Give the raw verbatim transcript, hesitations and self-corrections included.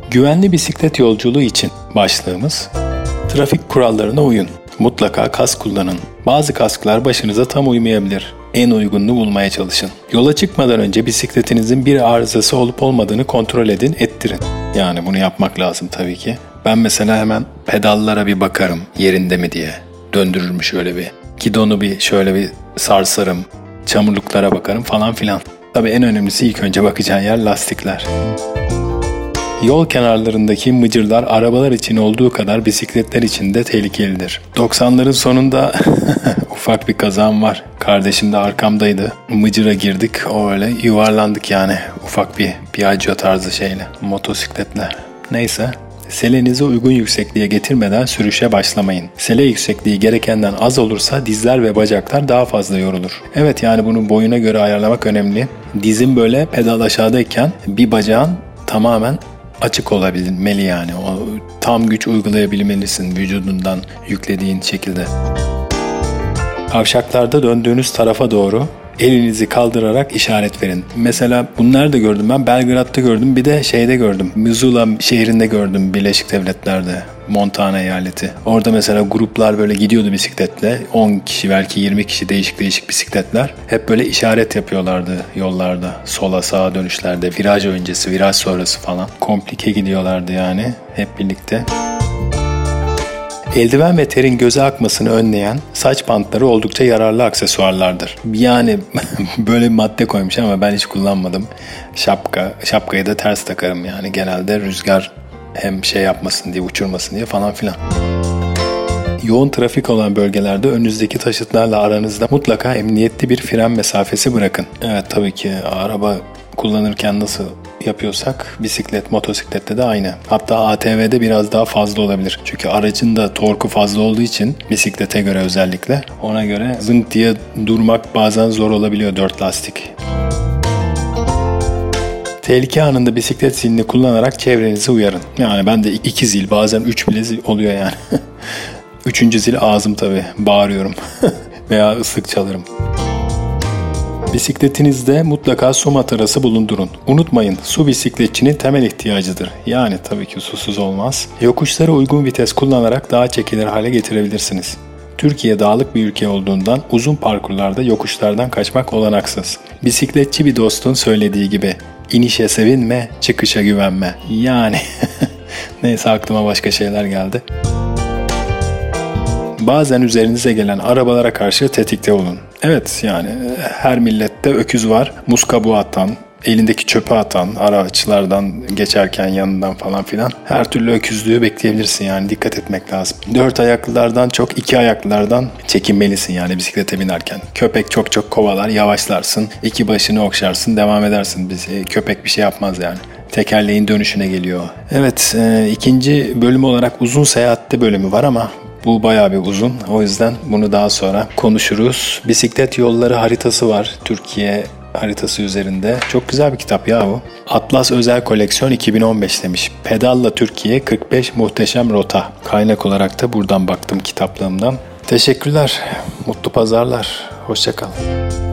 Güvenli bisiklet yolculuğu için başlığımız: trafik kurallarına uyun. Mutlaka kask kullanın. Bazı kasklar başınıza tam uymayabilir. En uygununu bulmaya çalışın. Yola çıkmadan önce bisikletinizin bir arızası olup olmadığını kontrol edin, ettirin. Yani bunu yapmak lazım tabii ki. Ben mesela hemen pedallara bir bakarım yerinde mi diye. Döndürürüm şöyle bir. Gidonu bir şöyle bir sarsarım. Çamurluklara bakarım falan filan. Tabii en önemlisi ilk önce bakacağın yer lastikler. Yol kenarlarındaki mıcırlar arabalar için olduğu kadar bisikletler için de tehlikelidir. doksanların sonunda ufak bir kazam var. Kardeşim de arkamdaydı. Mıcıra girdik. O öyle yuvarlandık yani. Ufak bir Piaggio tarzı şeyle. Motosikletle. Neyse. Selenizi uygun yüksekliğe getirmeden sürüşe başlamayın. Sele yüksekliği gerekenden az olursa dizler ve bacaklar daha fazla yorulur. Evet, yani bunu boyuna göre ayarlamak önemli. Dizin böyle pedal aşağıdayken bir bacağın tamamen açık olabilmeli yani. O tam güç uygulayabilmelisin vücudundan yüklediğin şekilde. Kavşaklarda döndüğünüz tarafa doğru elinizi kaldırarak işaret verin. Mesela bunları da gördüm ben. Belgrad'da gördüm. Bir de şeyde gördüm. Missoula şehrinde gördüm. Birleşik Devletler'de. Montana eyaleti. Orada mesela gruplar böyle gidiyordu bisikletle. on kişi belki yirmi kişi değişik değişik bisikletler. Hep böyle işaret yapıyorlardı yollarda. Sola sağa dönüşlerde. Viraj öncesi, viraj sonrası falan. Komplike gidiyorlardı yani. Hep birlikte. Eldiven ve terin göze akmasını önleyen saç bantları oldukça yararlı aksesuarlardır. Yani böyle bir madde koymuş ama ben hiç kullanmadım. Şapka, şapkayı da ters takarım yani. Genelde rüzgar hem şey yapmasın diye, uçurmasın diye falan filan. Yoğun trafik olan bölgelerde önünüzdeki taşıtlarla aranızda mutlaka emniyetli bir fren mesafesi bırakın. Evet, tabii ki araba kullanırken nasıl yapıyorsak bisiklet, motosiklette de aynı. Hatta A T V'de biraz daha fazla olabilir. Çünkü aracın da torku fazla olduğu için bisiklete göre özellikle ona göre zınk diye durmak bazen zor olabiliyor dört lastik. Tehlike anında bisiklet zilini kullanarak çevrenizi uyarın. Yani ben de iki zil, bazen üç bile zil oluyor yani. Üçüncü zil ağzım tabii. Bağırıyorum. Veya ıslık çalarım. Bisikletinizde mutlaka su matarası bulundurun. Unutmayın, su bisikletçinin temel ihtiyacıdır. Yani tabii ki susuz olmaz. Yokuşlara uygun vites kullanarak daha çekilir hale getirebilirsiniz. Türkiye dağlık bir ülke olduğundan uzun parkurlarda yokuşlardan kaçmak olanaksız. Bisikletçi bir dostun söylediği gibi, inişe sevinme, çıkışa güvenme. Yani neyse, aklıma başka şeyler geldi. Bazen üzerinize gelen arabalara karşı tetikte olun. Evet, yani her millette öküz var. Muz kabuğu atan, elindeki çöpü atan, araçlardan geçerken yanından falan filan. Her türlü öküzlüğü bekleyebilirsin yani, dikkat etmek lazım. Dört ayaklılardan çok iki ayaklılardan çekinmelisin yani bisiklete binerken. Köpek çok çok kovalar, yavaşlarsın, iki başını okşarsın, devam edersin. Bizi, köpek bir şey yapmaz yani. Tekerleğin dönüşüne geliyor. Evet, e, ikinci bölüm olarak uzun seyahatte bölümü var ama bu bayağı bir uzun. O yüzden bunu daha sonra konuşuruz. Bisiklet yolları haritası var. Türkiye haritası üzerinde. Çok güzel bir kitap ya bu. Atlas Özel Koleksiyon iki bin on beş demiş. Pedalla Türkiye kırk beş muhteşem rota. Kaynak olarak da buradan baktım kitaplığımdan. Teşekkürler. Mutlu pazarlar. Hoşça kal.